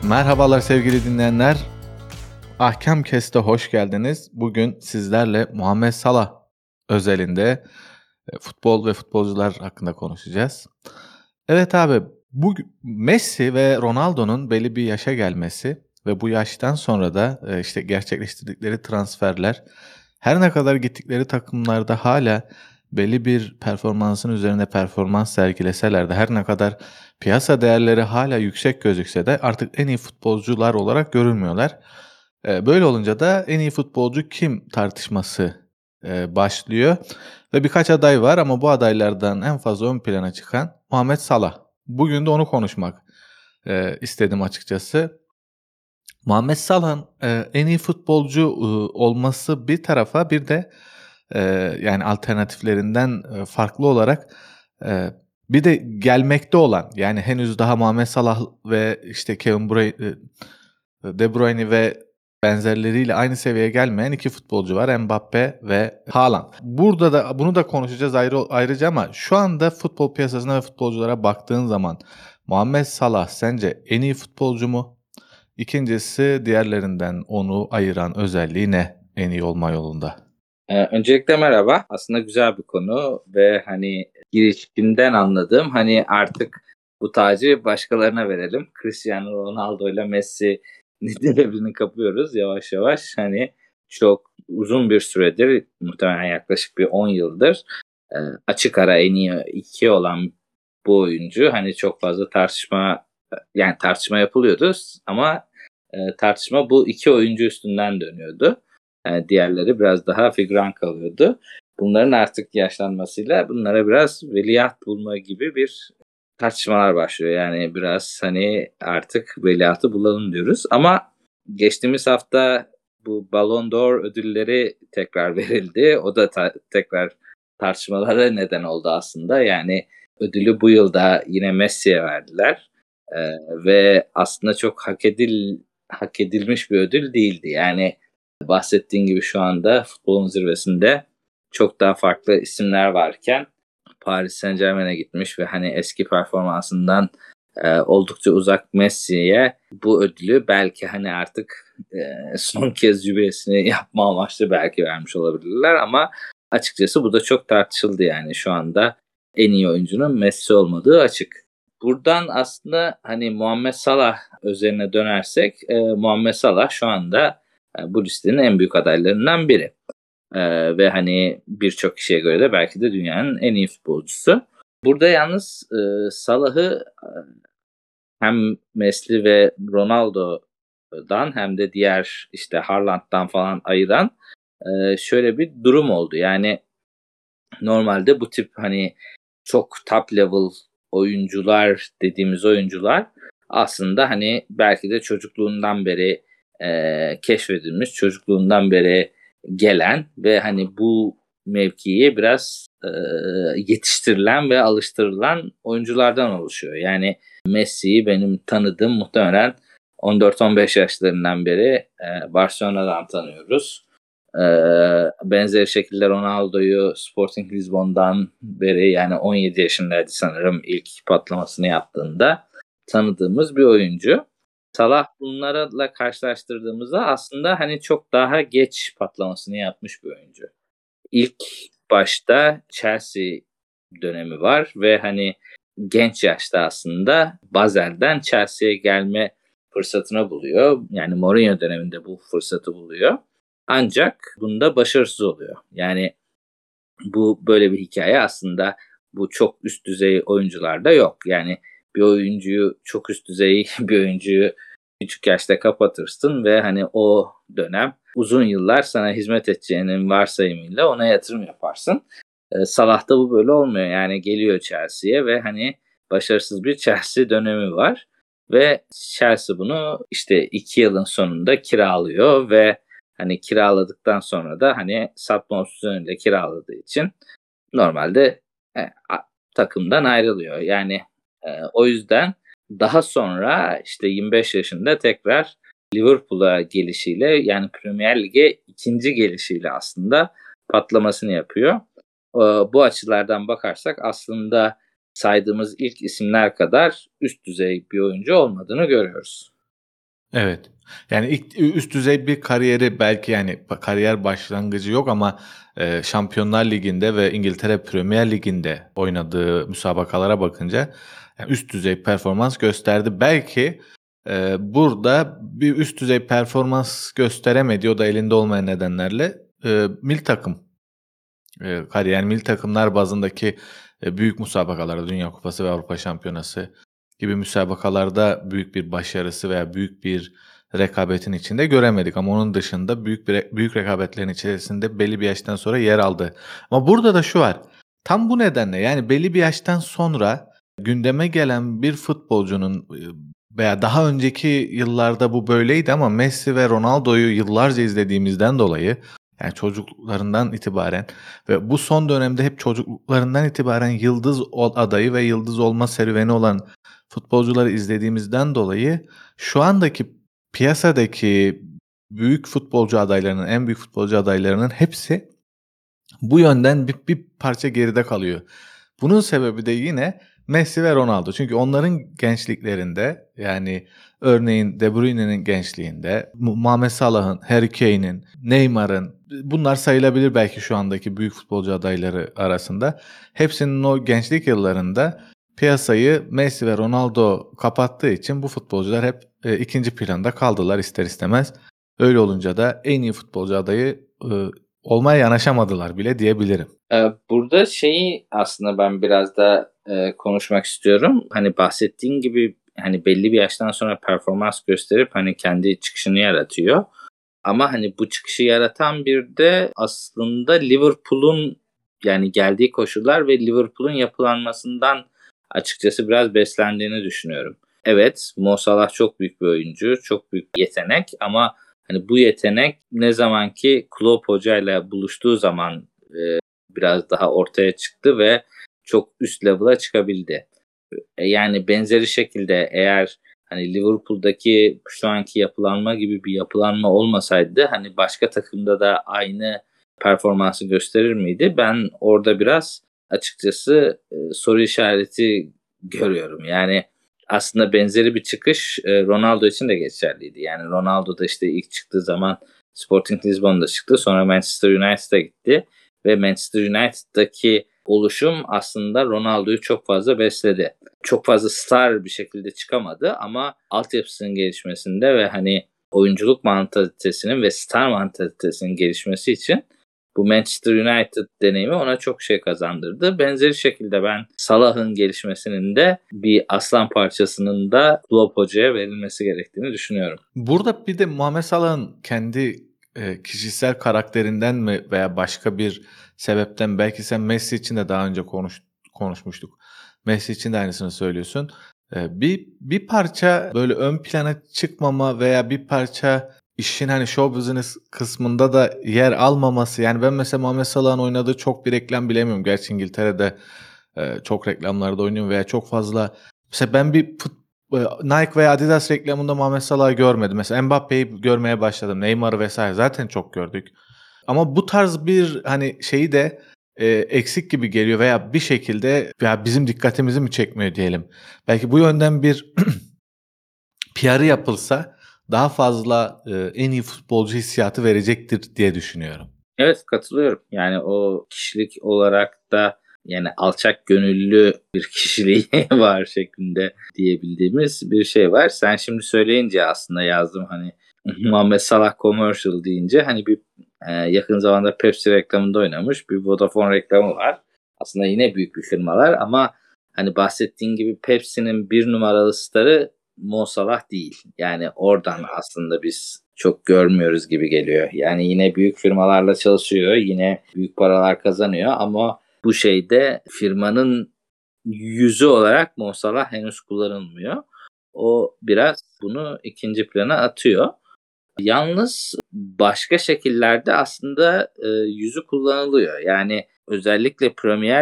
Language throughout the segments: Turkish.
Merhabalar sevgili dinleyenler. Ahkam Kest'e hoş geldiniz. Bugün sizlerle Muhammed Salah özelinde futbol ve futbolcular hakkında konuşacağız. Evet abi, bu Messi ve Ronaldo'nun belli bir yaşa gelmesi ve bu yaştan sonra da işte gerçekleştirdikleri transferler her ne kadar gittikleri takımlarda hala belli bir performansın üzerinde performans sergileseler de her ne kadar piyasa değerleri hala yüksek gözükse de artık en iyi futbolcular olarak görülmüyorlar. Böyle olunca da en iyi futbolcu kim tartışması başlıyor ve birkaç aday var ama bu adaylardan en fazla ön plana çıkan Muhammed Salah. Bugün de onu konuşmak istedim açıkçası. Muhammed Salah'ın en iyi futbolcu olması bir tarafa, bir de yani alternatiflerinden farklı olarak eee, bir de gelmekte olan, yani henüz daha Muhammed Salah ve işte De Bruyne ve benzerleriyle aynı seviyeye gelmeyen 2 futbolcu var. Mbappe ve Haaland. Burada da bunu da konuşacağız ayrıca ama şu anda futbol piyasasına ve futbolculara baktığın zaman Muhammed Salah sence en iyi futbolcu mu? İkincisi, diğerlerinden onu ayıran özelliği ne en iyi olma yolunda? Öncelikle merhaba. Aslında güzel bir konu ve hani girişimden anladığım hani artık bu tacı başkalarına verelim. Cristiano Ronaldo ile Messi devrini kapıyoruz yavaş yavaş. Hani çok uzun bir süredir, muhtemelen yaklaşık bir 10 yıldır açık ara en iyi iki olan bu oyuncu. Hani çok fazla tartışma yapılıyordu ama tartışma bu iki oyuncu üstünden dönüyordu. Diğerleri biraz daha figüran kalıyordu. Bunların artık yaşlanmasıyla bunlara biraz veliaht bulma gibi bir tartışmalar başlıyor. Yani biraz hani artık veliahtı bulalım diyoruz. Ama geçtiğimiz hafta bu Ballon d'Or ödülleri tekrar verildi. O da tekrar tartışmalara neden oldu aslında. Yani ödülü bu yılda yine Messi'ye verdiler. Ve aslında çok hak edilmiş bir ödül değildi. Yani bahsettiğin gibi şu anda futbolun zirvesinde çok daha farklı isimler varken Paris Saint-Germain'e gitmiş ve hani eski performansından oldukça uzak Messi'ye bu ödülü belki hani artık son kez jübilesini yapma amaçlı belki vermiş olabilirler ama açıkçası bu da çok tartışıldı. Yani şu anda en iyi oyuncunun Messi olmadığı açık. Buradan aslında hani Muhammed Salah üzerine dönersek Muhammed Salah şu anda bu listenin en büyük adaylarından biri. Ve hani birçok kişiye göre de belki de dünyanın en iyi futbolcusu. Burada yalnız Salah'ı hem Messi ve Ronaldo'dan hem de diğer işte Haaland'dan falan ayıran şöyle bir durum oldu. Yani normalde bu tip hani çok top level oyuncular dediğimiz oyuncular aslında hani belki de çocukluğundan beri keşfedilmiş, çocukluğundan beri gelen ve hani bu mevkiye biraz yetiştirilen ve alıştırılan oyunculardan oluşuyor. Yani Messi'yi benim tanıdığım muhtemelen 14-15 yaşlarından beri Barcelona'dan tanıyoruz. Benzer şekilde Ronaldo'yu Sporting Lisbon'dan beri, yani 17 yaşındaydı sanırım ilk patlamasını yaptığında, tanıdığımız bir oyuncu. Salah bunlarla karşılaştırdığımızda aslında hani çok daha geç patlamasını yapmış bir oyuncu. İlk başta Chelsea dönemi var ve hani genç yaşta aslında Basel'den Chelsea'ye gelme fırsatını buluyor. Yani Mourinho döneminde bu fırsatı buluyor. Ancak bunda başarısız oluyor. Yani bu böyle bir hikaye aslında bu çok üst düzey oyuncularda yok. Yani bir oyuncuyu, çok üst düzey bir oyuncuyu küçük yaşta kapatırsın ve hani o dönem uzun yıllar sana hizmet edeceğinin varsayımıyla ona yatırım yaparsın. Salah'ta bu böyle olmuyor. Yani geliyor Chelsea'ye ve hani başarısız bir Chelsea dönemi var. Ve Chelsea bunu işte 2 yılın sonunda kiralıyor ve hani kiraladıktan sonra da hani satma opsiyonuyla kiraladığı için normalde takımdan ayrılıyor. Yani o yüzden daha sonra işte 25 yaşında tekrar Liverpool'a gelişiyle, yani Premier Lig'e ikinci gelişiyle aslında patlamasını yapıyor. Bu açılardan bakarsak aslında saydığımız ilk isimler kadar üst düzey bir oyuncu olmadığını görüyoruz. Evet. Yani ilk üst düzey bir kariyeri belki, yani, kariyer başlangıcı yok ama, Şampiyonlar Ligi'nde ve İngiltere Premier Ligi'nde oynadığı müsabakalara bakınca, üst düzey performans gösterdi. Belki, burada bir üst düzey performans gösteremedi, o da elinde olmayan nedenlerle. Milli takım kariyer milli takımlar bazındaki, büyük müsabakalarda, Dünya Kupası ve Avrupa Şampiyonası gibi müsabakalarda büyük bir başarısı veya büyük bir rekabetin içinde göremedik ama onun dışında büyük rekabetlerin içerisinde belli bir yaştan sonra yer aldı. Ama burada da şu var, tam bu nedenle, yani, belli bir yaştan sonra gündeme gelen bir futbolcunun, veya daha önceki yıllarda bu böyleydi ama Messi ve Ronaldo'yu yıllarca izlediğimizden dolayı, yani, çocukluklarından itibaren ve bu son dönemde hep çocukluklarından itibaren yıldız adayı ve yıldız olma serüveni olan futbolcuları izlediğimizden dolayı şu andaki piyasadaki büyük futbolcu adaylarının, en büyük futbolcu adaylarının hepsi bu yönden bir parça geride kalıyor. Bunun sebebi de yine Messi ve Ronaldo. Çünkü onların gençliklerinde, yani örneğin De Bruyne'nin gençliğinde, Muhammed Salah'ın, Harry Kane'in, Neymar'ın, bunlar sayılabilir belki şu andaki büyük futbolcu adayları arasında. Hepsinin o gençlik yıllarında piyasayı Messi ve Ronaldo kapattığı için bu futbolcular hep, 2'nci planda kaldılar ister istemez. Öyle olunca da en iyi futbolcu adayı, olmaya yanaşamadılar bile diyebilirim. Burada şeyi aslında ben biraz da konuşmak istiyorum. Hani bahsettiğin gibi hani belli bir yaştan sonra performans gösterip hani kendi çıkışını yaratıyor. Ama hani bu çıkışı yaratan bir de aslında Liverpool'un yani geldiği koşullar ve Liverpool'un yapılanmasından açıkçası biraz beslendiğini düşünüyorum. Evet, Mo Salah çok büyük bir oyuncu, çok büyük bir yetenek ama hani bu yetenek ne zaman ki Klopp hocayla buluştuğu zaman biraz daha ortaya çıktı ve çok üst level'a çıkabildi. Yani benzeri şekilde eğer hani Liverpool'daki şu anki yapılanma gibi bir yapılanma olmasaydı hani başka takımda da aynı performansı gösterir miydi? Ben orada biraz açıkçası soru işareti görüyorum. Yani aslında benzeri bir çıkış Ronaldo için de geçerliydi. Yani Ronaldo da işte ilk çıktığı zaman Sporting Lisbon'da çıktı. Sonra Manchester United'a gitti ve Manchester United'daki oluşum aslında Ronaldo'yu çok fazla besledi. Çok fazla star bir şekilde çıkamadı ama altyapısının gelişmesinde ve hani oyunculuk mantalitesinin ve star mantalitesinin gelişmesi için bu Manchester United deneyimi ona çok şey kazandırdı. Benzeri şekilde ben Salah'ın gelişmesinin de bir aslan parçasının da Klopp Hoca'ya verilmesi gerektiğini düşünüyorum. Burada bir de Muhammed Salah'ın kendi, kişisel karakterinden mi veya başka bir sebepten, belki sen Messi için de daha önce konuşmuştuk. Messi için de aynısını söylüyorsun. Bir parça böyle ön plana çıkmama veya bir parça işin, hani, show business kısmında da yer almaması. Yani ben mesela Muhammed Salah'ın oynadığı çok bir reklam bilemiyorum. Gerçi İngiltere'de, çok reklamlarda oynuyor veya çok fazla. Mesela ben bir Nike veya Adidas reklamında Muhammed Salah'ı görmedim. Mesela Mbappe'yi görmeye başladım. Neymar'ı vesaire zaten çok gördük. Ama bu tarz bir, hani, şeyi de, eksik gibi geliyor veya bir şekilde ya bizim dikkatimizi mi çekmiyor diyelim. Belki bu yönden bir PR'ı yapılsa daha fazla, en iyi futbolcu hissiyatı verecektir diye düşünüyorum. Evet, katılıyorum. Yani o kişilik olarak da yani alçak gönüllü bir kişiliği var şeklinde diyebildiğimiz bir şey var. Sen şimdi söyleyince aslında yazdım hani Muhammed Salah commercial deyince hani bir yakın zamanda Pepsi reklamında oynamış bir Vodafone reklamı var. Aslında yine büyük bir firmalar ama hani bahsettiğin gibi Pepsi'nin bir numaralı starı Mo Salah değil. Yani oradan aslında biz çok görmüyoruz gibi geliyor. Yani yine büyük firmalarla çalışıyor, yine büyük paralar kazanıyor ama bu şeyde firmanın yüzü olarak Mo Salah henüz kullanılmıyor. O biraz bunu ikinci plana atıyor. Yalnız başka şekillerde aslında yüzü kullanılıyor. Yani özellikle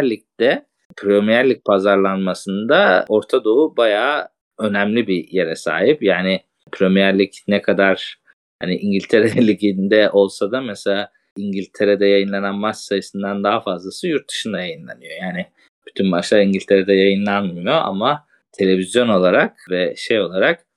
Premier Lig pazarlanmasında Orta Doğu bayağı önemli bir yere sahip. Yani Premier Lig ne kadar hani İngiltere Ligi'nde olsa da mesela İngiltere'de yayınlanan maç sayısından daha fazlası yurt dışında yayınlanıyor. Yani bütün maçlar İngiltere'de yayınlanmıyor ama televizyon olarak ve şey olarak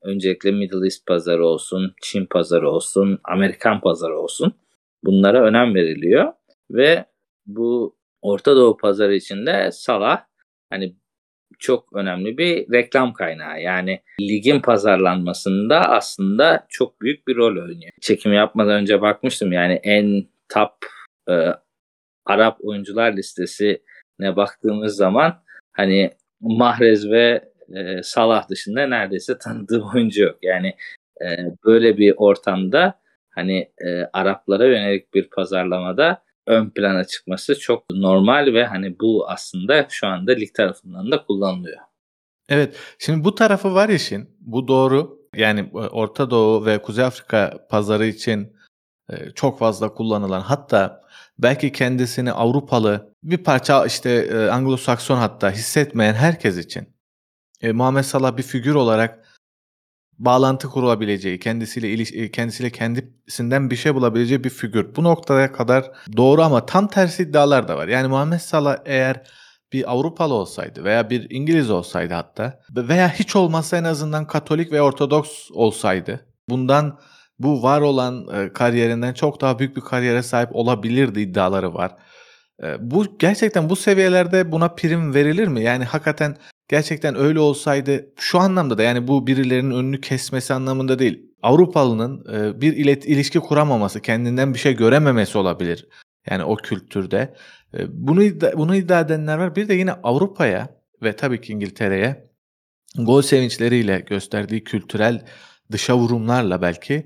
öncelikle Middle East pazarı olsun, Çin pazarı olsun, Amerikan pazarı olsun. Bunlara önem veriliyor ve bu Orta Doğu pazarı içinde Salah hani çok önemli bir reklam kaynağı. Yani ligin pazarlanmasında aslında çok büyük bir rol oynuyor. Çekim yapmadan önce bakmıştım, yani en top e, Arap oyuncular listesine baktığımız zaman hani Mahrez ve Salah dışında neredeyse tanıdığım oyuncu yok. Yani e, böyle bir ortamda hani Araplara yönelik bir pazarlamada ön plana çıkması çok normal ve hani bu aslında şu anda lig tarafından da kullanılıyor. Evet, şimdi bu tarafı var işin, bu doğru. Yani, Orta Doğu ve Kuzey Afrika pazarı için, çok fazla kullanılan, hatta belki kendisini Avrupalı, bir parça, işte, Anglo-Sakson hatta hissetmeyen herkes için, Muhammed Salah bir figür olarak bağlantı kurulabileceği, kendisiyle kendisinden bir şey bulabileceği bir figür. Bu noktaya kadar doğru ama tam tersi iddialar da var. Yani Muhammed Salah eğer bir Avrupalı olsaydı veya bir İngiliz olsaydı hatta veya hiç olmazsa en azından Katolik ve Ortodoks olsaydı bu var olan, kariyerinden çok daha büyük bir kariyere sahip olabilirdi iddiaları var. Bu gerçekten bu seviyelerde buna prim verilir mi? Yani hakikaten gerçekten öyle olsaydı şu anlamda da, yani bu birilerinin önünü kesmesi anlamında değil. Avrupalının, bir ilişki kuramaması, kendinden bir şey görememesi olabilir. Yani o kültürde. Bunu iddia edenler var. Bir de yine Avrupa'ya ve tabii ki İngiltere'ye gol sevinçleriyle gösterdiği kültürel dışa vurumlarla belki,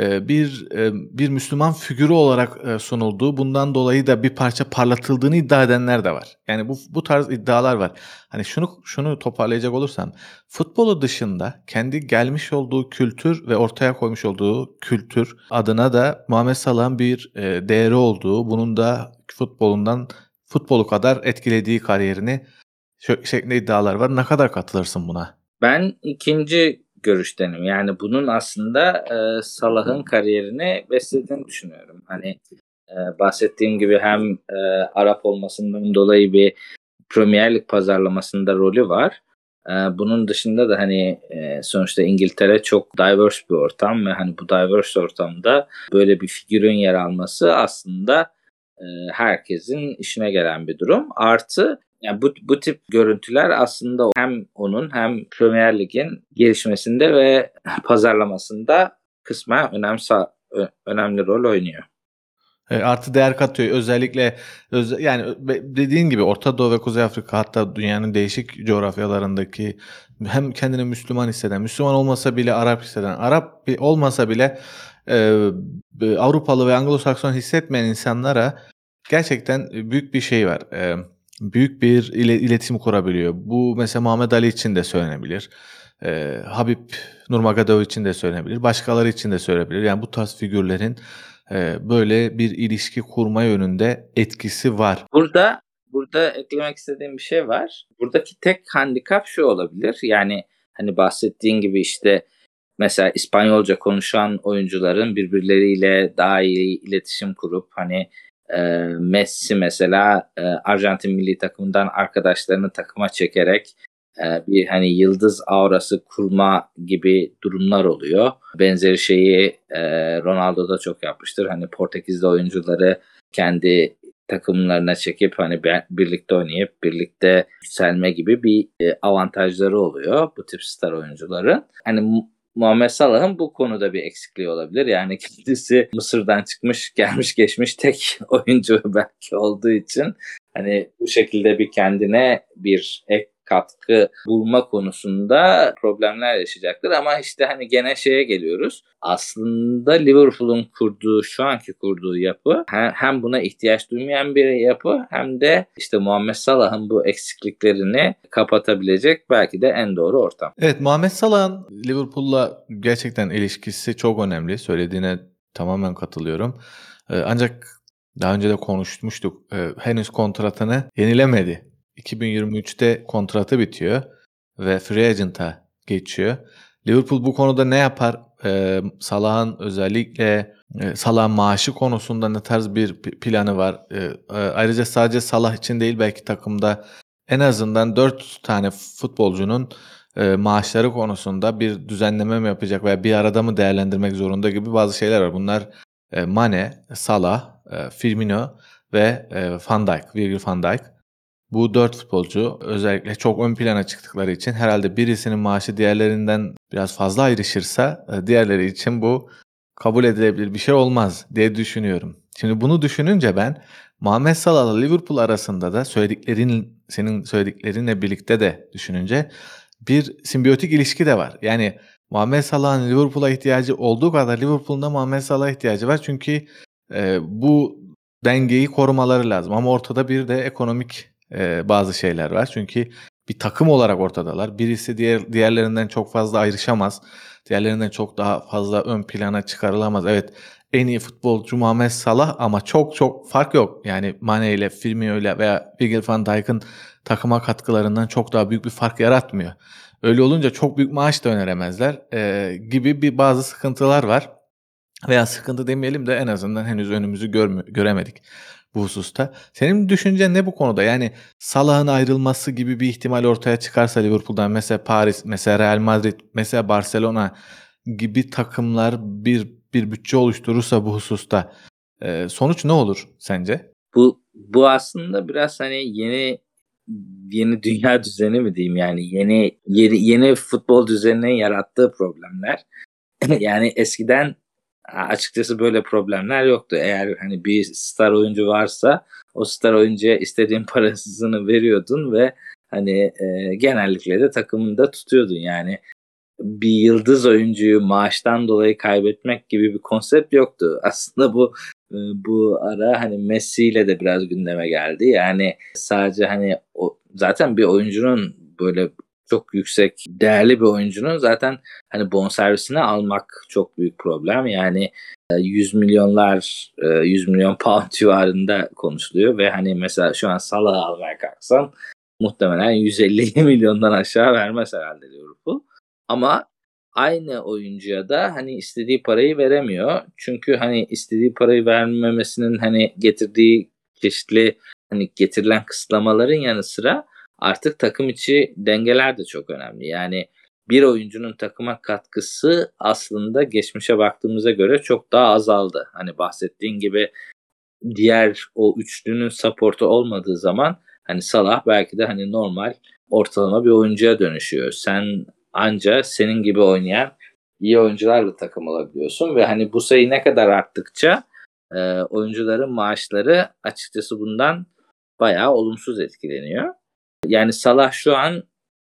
bir Müslüman figürü olarak, sunulduğu, bundan dolayı da bir parça parlatıldığını iddia edenler de var. Yani bu tarz iddialar var. Hani şunu toparlayacak olursam, futbolu dışında kendi gelmiş olduğu kültür ve ortaya koymuş olduğu kültür adına da Muhammed Salah'ın bir, değeri olduğu, bunun da futbolu kadar etkilediği kariyerini şeklinde iddialar var. Ne kadar katılırsın buna? Ben ikinci görüştenim. Yani bunun aslında Salah'ın kariyerini beslediğini düşünüyorum. Hani bahsettiğim gibi hem Arap olmasından dolayı bir Premier Lig pazarlamasında rolü var. Bunun dışında da hani sonuçta İngiltere çok diverse bir ortam ve hani bu diverse ortamda böyle bir figürün yer alması aslında herkesin işine gelen bir durum. Artı yani bu tip görüntüler aslında hem onun hem Premier Lig'in gelişmesinde ve pazarlamasında kısmen önemli rol oynuyor. Artı değer katıyor. Özellikle yani dediğin gibi Orta Doğu ve Kuzey Afrika, hatta dünyanın değişik coğrafyalarındaki hem kendini Müslüman hisseden, Müslüman olmasa bile Arap hisseden, olmasa bile, Avrupalı ve Anglo-Sakson hissetmeyen insanlara gerçekten, büyük bir şey var. Büyük bir iletişim kurabiliyor. Bu mesela Muhammed Ali için de söylenebilir. Habib Nurmagomedov için de söylenebilir. Başkaları için de söylenebilir. Yani bu tarz figürlerin, böyle bir ilişki kurma yönünde etkisi var. Burada eklemek istediğim bir şey var. Buradaki tek handikap şu olabilir. Yani hani bahsettiğin gibi işte mesela İspanyolca konuşan oyuncuların birbirleriyle daha iyi iletişim kurup hani Messi mesela Arjantin milli takımından arkadaşlarını takıma çekerek bir hani yıldız aurası kurma gibi durumlar oluyor. Benzeri şeyi Ronaldo da çok yapmıştır. Hani Portekizli oyuncuları kendi takımlarına çekip hani birlikte oynayıp birlikte yükselme gibi bir avantajları oluyor bu tip star oyuncuların. Hani Muhammed Salah'ın bu konuda bir eksikliği olabilir. Yani kendisi Mısır'dan çıkmış, gelmiş geçmiş tek oyuncu belki olduğu için hani bu şekilde bir kendine bir ek katkı bulma konusunda problemler yaşayacaktır. Ama işte hani gene şeye geliyoruz. Aslında Liverpool'un şu anki kurduğu yapı hem buna ihtiyaç duymayan bir yapı hem de işte Muhammed Salah'ın bu eksikliklerini kapatabilecek belki de en doğru ortam. Evet, Muhammed Salah'ın Liverpool'la gerçekten ilişkisi çok önemli. Söylediğine tamamen katılıyorum. Ancak daha önce de konuşmuştuk. Henüz kontratını yenilemedi. 2023'te kontratı bitiyor ve free agent'a geçiyor. Liverpool bu konuda ne yapar? Salah'ın özellikle Salah'ın maaşı konusunda ne tarz bir planı var? Ayrıca sadece Salah için değil, belki takımda en azından 4 tane futbolcunun maaşları konusunda bir düzenleme mi yapacak veya bir arada mı değerlendirmek zorunda gibi bazı şeyler var. Bunlar Mane, Salah, Firmino ve Van Dijk, Virgil van Dijk. Bu 4 futbolcu özellikle çok ön plana çıktıkları için herhalde birisinin maaşı diğerlerinden biraz fazla ayrışırsa diğerleri için bu kabul edilebilir bir şey olmaz diye düşünüyorum. Şimdi bunu düşününce ben Muhammed Salah'la Liverpool arasında da senin söylediklerinle birlikte de düşününce bir simbiyotik ilişki de var. Yani Muhammed Salah'ın Liverpool'a ihtiyacı olduğu kadar Liverpool'un da Muhammed Salah'a ihtiyacı var. Çünkü bu dengeyi korumaları lazım ama ortada bir de ekonomik bazı şeyler var. Çünkü bir takım olarak ortadalar. Birisi diğerlerinden çok fazla ayrışamaz. Diğerlerinden çok daha fazla ön plana çıkarılamaz. Evet, en iyi futbolcu Muhammed Salah ama çok çok fark yok. Yani Mane ile Firmino ile veya Virgil van Dijk'ın takıma katkılarından çok daha büyük bir fark yaratmıyor. Öyle olunca çok büyük maaş da öneremezler gibi bazı sıkıntılar var. Veya sıkıntı demeyelim de en azından henüz önümüzü göremedik bu hususta. Senin düşüncen ne bu konuda? Yani Salah'ın ayrılması gibi bir ihtimal ortaya çıkarsa Liverpool'dan mesela Paris, mesela Real Madrid, mesela Barcelona gibi takımlar bir bütçe oluşturursa bu hususta sonuç ne olur sence? Bu aslında biraz hani yeni dünya düzeni mi diyeyim, yani yeni futbol düzeninin yarattığı problemler. Yani eskiden açıkçası böyle problemler yoktu. Eğer hani bir star oyuncu varsa o star oyuncuya istediğin parasını veriyordun ve hani genellikle de takımında tutuyordun. Yani bir yıldız oyuncuyu maaştan dolayı kaybetmek gibi bir konsept yoktu. Aslında bu ara hani Messi ile de biraz gündeme geldi. Yani sadece hani zaten bir oyuncunun, böyle çok yüksek değerli bir oyuncunun zaten hani bonservisini almak çok büyük problem. Yani 100 milyonlar, 100 milyon pound civarında konuşuluyor ve hani mesela şu an Salah'ı almaya kalksan muhtemelen 150 milyondan aşağı vermez herhalde Liverpool. Ama aynı oyuncuya da hani istediği parayı veremiyor. Çünkü hani istediği parayı vermemesinin hani getirdiği çeşitli, hani getirilen kısıtlamaların yanı sıra artık takım içi dengeler de çok önemli. Yani bir oyuncunun takıma katkısı aslında geçmişe baktığımıza göre çok daha azaldı. Hani bahsettiğin gibi diğer o üçlünün supportu olmadığı zaman hani Salah belki de hani normal ortalama bir oyuncuya dönüşüyor. Sen anca senin gibi oynayan iyi oyuncularla takım olabiliyorsun ve hani bu sayı ne kadar arttıkça oyuncuların maaşları açıkçası bundan bayağı olumsuz etkileniyor. Yani Salah şu an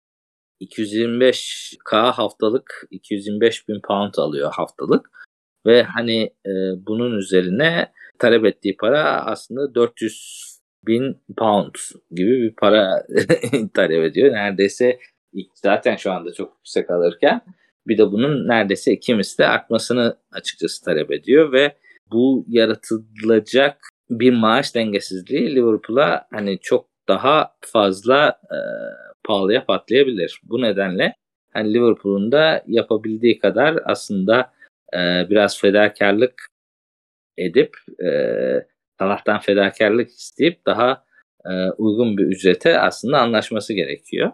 225K haftalık, 225 bin pound alıyor haftalık ve hani bunun üzerine talep ettiği para aslında 400 bin pound gibi bir para talep ediyor. Neredeyse zaten şu anda çok yüksek alırken bir de bunun neredeyse iki misli artmasını açıkçası talep ediyor ve bu yaratılacak bir maaş dengesizliği Liverpool'a hani çok daha fazla pahalıya patlayabilir. Bu nedenle hani Liverpool'un da yapabildiği kadar aslında biraz fedakarlık edip Salah'tan fedakarlık isteyip daha uygun bir ücrete aslında anlaşması gerekiyor.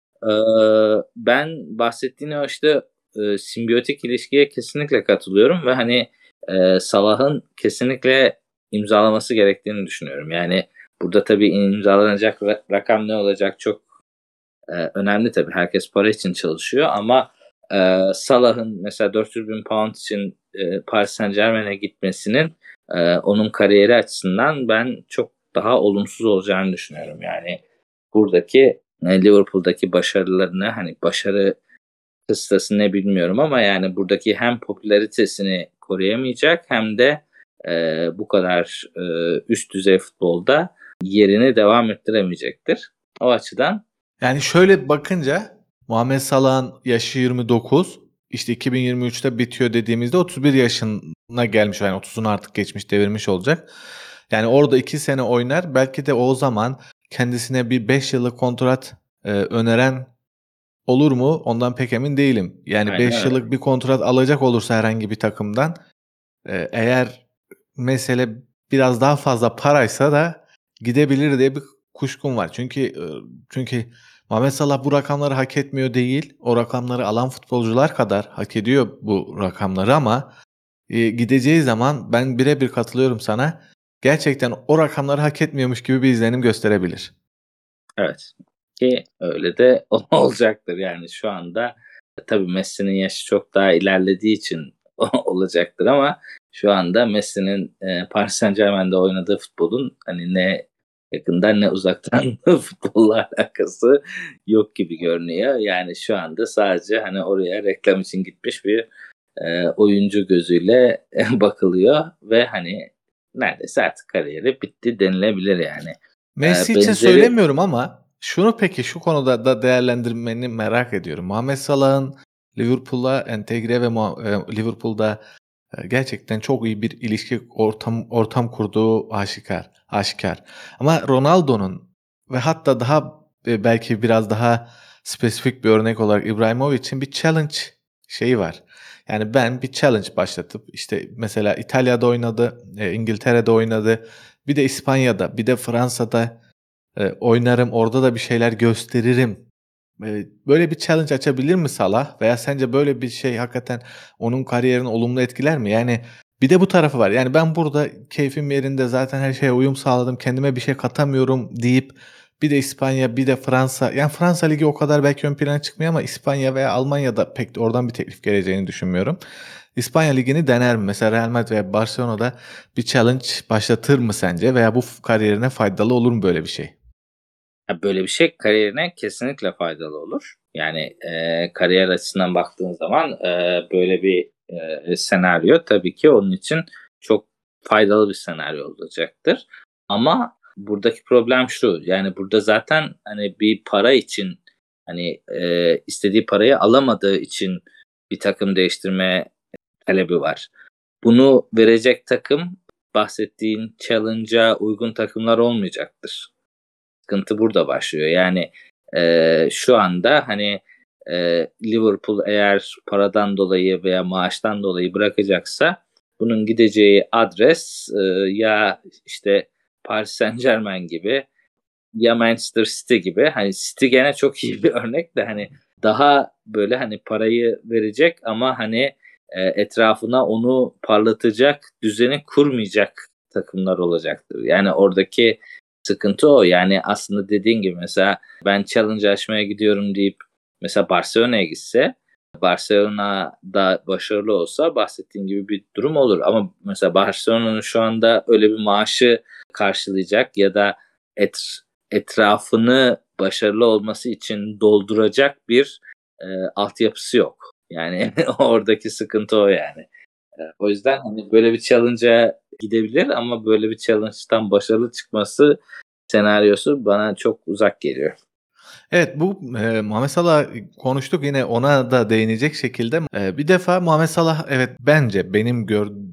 Ben bahsettiğin o işte simbiyotik ilişkiye kesinlikle katılıyorum ve hani Salah'ın kesinlikle imzalaması gerektiğini düşünüyorum. Yani burada tabii imzalanacak rakam ne olacak çok önemli tabii. Herkes para için çalışıyor ama Salah'ın mesela 400 bin pound için Paris Saint-Germain'e gitmesinin onun kariyeri açısından ben çok daha olumsuz olacağını düşünüyorum. Yani buradaki Liverpool'daki başarılarını, hani başarı kıstası ne bilmiyorum ama yani buradaki hem popülaritesini koruyamayacak hem de bu kadar üst düzey futbolda yerini devam ettiremeyecektir. O açıdan Yani şöyle bakınca Muhammed Salah'ın yaşı 29, işte 2023'te bitiyor dediğimizde 31 yaşına gelmiş, yani 30'unu artık geçmiş, devirmiş olacak. Yani orada 2 sene oynar. Belki de o zaman kendisine bir 5 yıllık kontrat öneren olur mu? Ondan pek emin değilim. Yani aynen 5 öyle. yıllık bir kontrat alacak olursa herhangi bir takımdan, eğer mesele biraz daha fazla paraysa da gidebilir diye bir kuşkum var. Çünkü Muhammed Salah bu rakamları hak etmiyor değil. O rakamları alan futbolcular kadar hak ediyor bu rakamları ama gideceği zaman ben birebir katılıyorum sana. Gerçekten o rakamları hak etmiyormuş gibi bir izlenim gösterebilir. Evet. Ki öyle de olacaktır. Yani şu anda tabii Messi'nin yaşı çok daha ilerlediği için olacaktır ama şu anda Messi'nin Paris Saint-Germain'de oynadığı futbolun hani ne yakından ne uzaktan futbolla alakası yok gibi görünüyor. Yani şu anda sadece hani oraya reklam için gitmiş bir oyuncu gözüyle bakılıyor ve hani neredeyse artık kariyeri bitti denilebilir yani. Messi için Benzeri söylemiyorum ama şunu peki şu konuda da değerlendirmeni merak ediyorum. Muhammed Salah'ın Liverpool'a entegre ve Liverpool'da gerçekten çok iyi bir ilişki ortam kurduğu aşikar. Ama Ronaldo'nun ve hatta daha belki biraz daha spesifik bir örnek olarak İbrahimovic'in bir challenge şeyi var. Yani ben bir challenge başlatıp işte mesela İtalya'da oynadı, İngiltere'de oynadı, bir de İspanya'da, bir de Fransa'da oynarım, orada da bir şeyler gösteririm. Böyle bir challenge açabilir mi Salah? Veya sence böyle bir şey hakikaten onun kariyerini olumlu etkiler mi? Yani bir de bu tarafı var. Yani ben burada keyfim yerinde zaten her şeye uyum sağladım, kendime bir şey katamıyorum deyip bir de İspanya, bir de Fransa. Yani Fransa Ligi o kadar belki ön plana çıkmıyor ama İspanya veya Almanya'da pek de oradan bir teklif geleceğini düşünmüyorum. İspanya Ligi'ni dener mi? Mesela Real Madrid veya Barcelona'da bir challenge başlatır mı sence? Veya bu kariyerine faydalı olur mu böyle bir şey? böyle bir şey kariyerine kesinlikle faydalı olur. Yani kariyer açısından baktığın zaman böyle bir senaryo tabii ki onun için çok faydalı bir senaryo olacaktır. Ama buradaki problem şu, yani burada zaten hani bir para için hani istediği parayı alamadığı için bir takım değiştirme talebi var. Bunu verecek takım bahsettiğin challenge'a uygun takımlar olmayacaktır. Sıkıntı burada başlıyor. Yani şu anda hani Liverpool eğer paradan dolayı veya maaştan dolayı bırakacaksa bunun gideceği adres ya işte Paris Saint-Germain gibi ya Manchester City gibi. Hani City gene çok iyi bir örnek de hani daha böyle hani parayı verecek ama hani etrafına onu parlatacak düzeni kurmayacak takımlar olacaktır. Yani oradaki sıkıntı o. Yani aslında dediğin gibi mesela ben challenge aşmaya gidiyorum deyip mesela Barcelona'ya gitse Barcelona'da başarılı olsa bahsettiğin gibi bir durum olur. Ama mesela Barcelona'nın şu anda öyle bir maaşı karşılayacak ya da et, etrafını başarılı olması için dolduracak bir altyapısı yok. Yani oradaki sıkıntı o yani. O yüzden hani böyle bir challenge'a gidebilir ama böyle bir challenge'tan başarılı çıkması senaryosu bana çok uzak geliyor. Evet, bu, Muhammed Salah konuştuk, yine ona da değinecek şekilde, bir defa Muhammed Salah evet, bence benim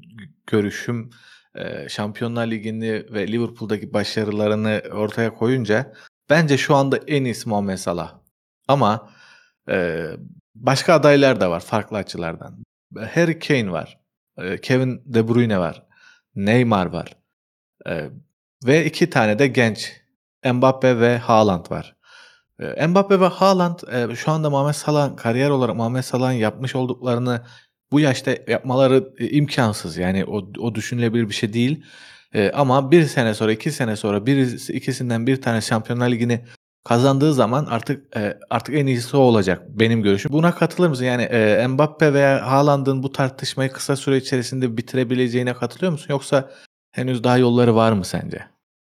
görüşüm, Şampiyonlar Ligi'ni ve Liverpool'daki başarılarını ortaya koyunca bence şu anda en iyisi Muhammed Salah. Ama, eee, başka adaylar da var farklı açılardan. Harry Kane var, Kevin De Bruyne var, Neymar var, eee, ve 2 tane de genç Mbappe ve Haaland var. Mbappe ve Haaland, şu anda Muhammed Salah'ın kariyer olarak Muhammed Salah'ın yapmış olduklarını bu yaşta yapmaları, imkânsız. Yani o düşünülebilir bir şey değil. Ama 1 sene sonra, 2 sene sonra ikisinden bir tane Şampiyonlar Ligi'ni kazandığı zaman artık en iyisi o olacak benim görüşüm. Buna katılır mısın? Yani, Mbappe veya Haaland'ın bu tartışmayı kısa süre içerisinde bitirebileceğine katılıyor musun? Yoksa henüz daha yolları var mı sence?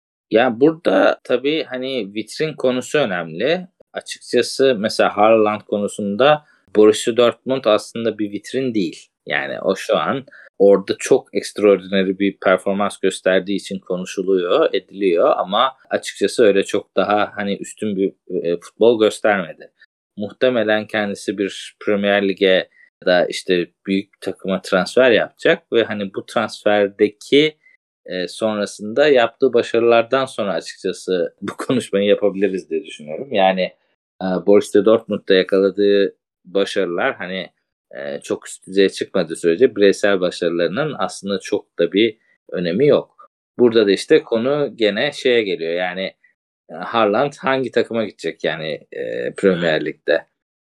Ya burada tabii hani vitrin konusu önemli. Açıkçası mesela Haaland konusunda Borussia Dortmund aslında bir vitrin değil. Yani o şu an orada çok ekstraordinary bir performans gösterdiği için konuşuluyor, ediliyor ama açıkçası öyle çok daha hani üstün bir futbol göstermedi. Muhtemelen kendisi bir Premier Lig'e ya da işte büyük takıma transfer yapacak ve hani bu transferdeki sonrasında yaptığı başarılardan sonra açıkçası bu konuşmayı yapabiliriz diye düşünüyorum. Yani Borussia Dortmund'da yakaladığı başarılar hani çok üst düzeye çıkmadığı sürece bireysel başarılarının aslında çok da bir önemi yok. Burada da işte konu gene şeye geliyor. Yani Haaland hangi takıma gidecek yani Premier Lig'de?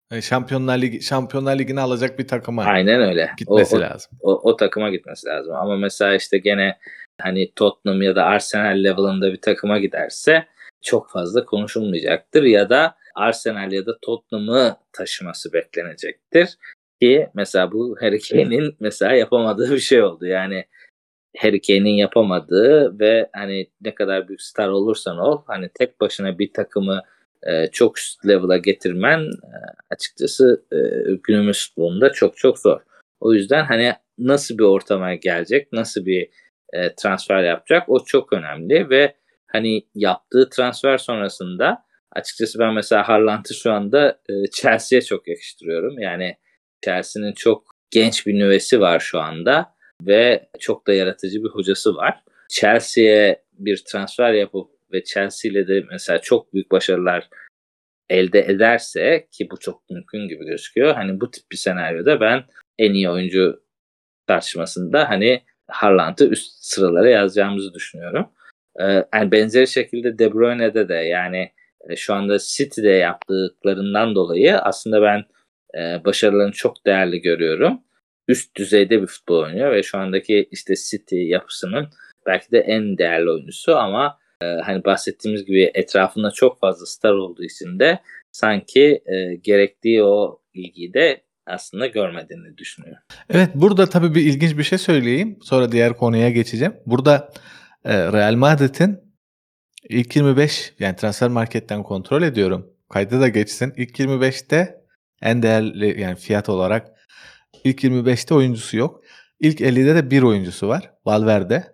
Şampiyonlar Ligi'ni alacak bir takıma Aynen öyle. gitmesi lazım. O takıma gitmesi lazım. Ama mesela işte gene hani Tottenham ya da Arsenal level'ında bir takıma giderse çok fazla konuşulmayacaktır ya da Arsenal ya da Tottenham'ı taşıması beklenecektir ki mesela bu Harry Kane'in mesela yapamadığı bir şey oldu. Yani Harry Kane'in yapamadığı ve hani ne kadar büyük star olursan ol hani tek başına bir takımı çok üst level'a getirmen açıkçası günümüz futbolunda çok çok zor. O yüzden hani nasıl bir ortama gelecek, nasıl bir transfer yapacak o çok önemli ve hani yaptığı transfer sonrasında açıkçası ben mesela Haaland'ı şu anda Chelsea'ye çok yakıştırıyorum. Yani Chelsea'nin çok genç bir nüvesi var şu anda ve çok da yaratıcı bir hocası var. Chelsea'ye bir transfer yapıp ve Chelsea ile de mesela çok büyük başarılar elde ederse ki bu çok mümkün gibi gözüküyor. Hani bu tip bir senaryoda ben en iyi oyuncu tartışmasında hani Haaland'ı üst sıralara yazacağımızı düşünüyorum. Yani benzeri şekilde De Bruyne'de de yani şu anda City'de yaptıklarından dolayı aslında ben başarılarını çok değerli görüyorum. Üst düzeyde bir futbol oynuyor ve şu andaki işte City yapısının belki de en değerli oyuncusu ama hani bahsettiğimiz gibi etrafında çok fazla star olduğu için de sanki gerektiği o ilgiyi de aslında görmediğini düşünüyorum. Evet, burada tabii bir ilginç bir şey söyleyeyim. Sonra diğer konuya geçeceğim. Burada Real Madrid'in ilk 25 yani transfer marketten kontrol ediyorum. Kayda da geçsin. İlk 25'te en değerli yani fiyat olarak ilk 25'te oyuncusu yok. İlk 50'de de bir oyuncusu var. Valverde.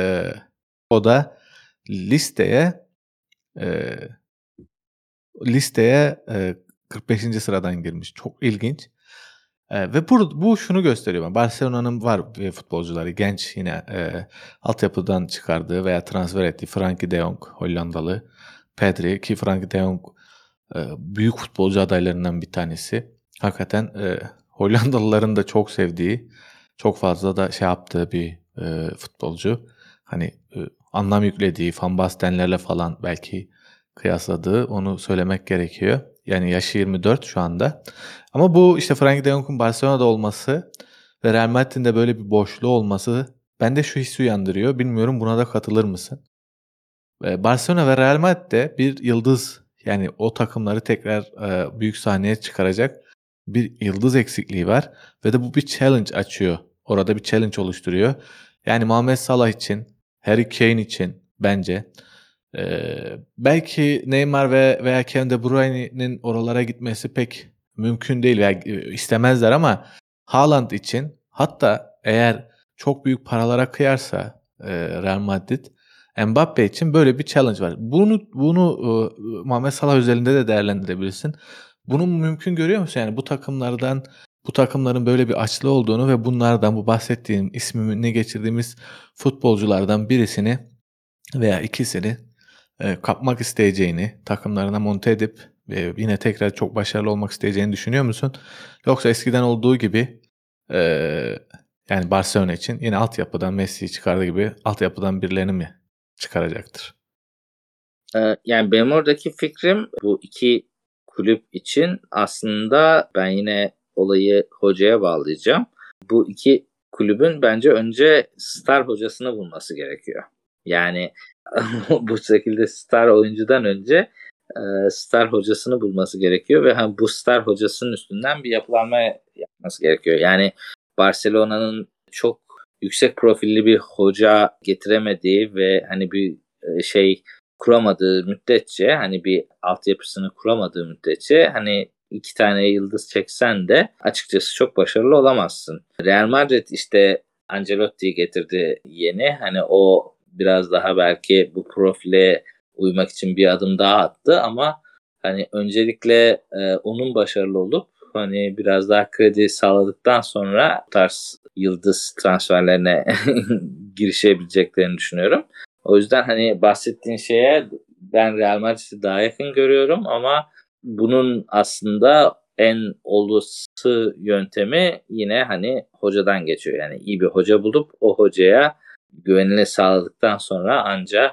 O da listeye eee, listeye 45. sıradan girmiş. Çok ilginç. Ve bu şunu gösteriyor bana. Barcelona'nın var futbolcuları genç yine altyapıdan çıkardığı veya transfer ettiği Frenkie de Jong Hollandalı, Pedri ki Frenkie de Jong büyük futbolcu adaylarından bir tanesi. Hakikaten Hollandalıların da çok sevdiği, çok fazla da şey yaptığı bir futbolcu. Hani anlam yüklediği Van Bastenlerle falan belki kıyasladığı onu söylemek gerekiyor. Yani yaşı 24 şu anda. Ama bu işte Frenkie de Jong'un Barcelona'da olması ve Real Madrid'in de böyle bir boşluğu olması bende şu hissi uyandırıyor. Bilmiyorum buna da katılır mısın? Barcelona ve Real Madrid'de bir yıldız yani o takımları tekrar büyük sahneye çıkaracak bir yıldız eksikliği var ve de bu bir challenge açıyor. Orada bir challenge oluşturuyor. Yani Muhammed Salah için, Harry Kane için bence belki Neymar veya Kevin De Bruyne'nin oralara gitmesi pek mümkün değil veya istemezler ama Haaland için hatta eğer çok büyük paralara kıyarsa Real Madrid Mbappe için böyle bir challenge var. Bunu Muhammed Salah özelinde de değerlendirebilirsin. Bunu mümkün görüyor musun? Yani bu takımların böyle bir açlığı olduğunu ve bunlardan bu bahsettiğim ismini geçirdiğimiz futbolculardan birisini veya ikisini kapmak isteyeceğini, takımlarına monte edip yine tekrar çok başarılı olmak isteyeceğini düşünüyor musun? Yoksa eskiden olduğu gibi yani Barcelona için yine altyapıdan Messi'yi çıkardığı gibi altyapıdan birilerini mi çıkaracaktır? Yani benim oradaki fikrim bu iki kulüp için aslında ben yine olayı hocaya bağlayacağım. Bu iki kulübün bence önce star hocasını bulması gerekiyor. Yani bu şekilde star oyuncudan önce star hocasını bulması gerekiyor ve bu star hocasının üstünden bir yapılanma yapması gerekiyor. Yani Barcelona'nın çok yüksek profilli bir hoca getiremediği ve hani bir şey kuramadığı müddetçe hani bir altyapısını kuramadığı müddetçe hani iki tane yıldız çeksen de açıkçası çok başarılı olamazsın. Real Madrid işte Ancelotti'yi getirdi yeni. Hani o biraz daha belki bu profile uymak için bir adım daha attı ama hani öncelikle onun başarılı olup hani biraz daha kredi sağladıktan sonra bu tarz yıldız transferlerine girişebileceklerini düşünüyorum. O yüzden hani bahsettiğin şeye ben Real Madrid'i daha yakın görüyorum ama bunun aslında en olası yöntemi yine hani hocadan geçiyor. Yani iyi bir hoca bulup o hocaya güvenini sağladıktan sonra anca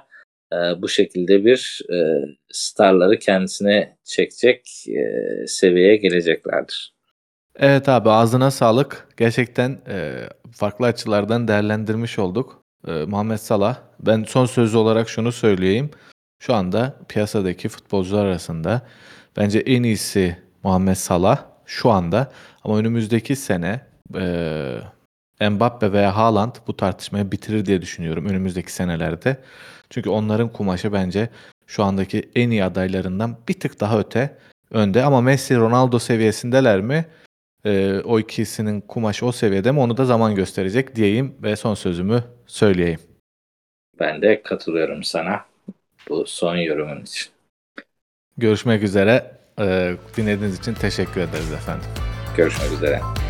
bu şekilde bir starları kendisine çekecek seviyeye geleceklerdir. Evet abi, ağzına sağlık. Gerçekten farklı açılardan değerlendirmiş olduk. Muhammed Salah, ben son sözü olarak şunu söyleyeyim. Şu anda piyasadaki futbolcular arasında bence en iyisi Muhammed Salah şu anda. Ama önümüzdeki sene Mbappe veya Haaland bu tartışmayı bitirir diye düşünüyorum önümüzdeki senelerde. Çünkü onların kumaşı bence şu andaki en iyi adaylarından bir tık daha önde. Ama Messi, Ronaldo seviyesindeler mi? O ikisinin kumaşı o seviyede mi, onu da zaman gösterecek diyeyim ve son sözümü söyleyeyim. Ben de katılıyorum sana bu son yorumun için. Görüşmek üzere. Dinlediğiniz için teşekkür ederiz efendim. Görüşmek üzere.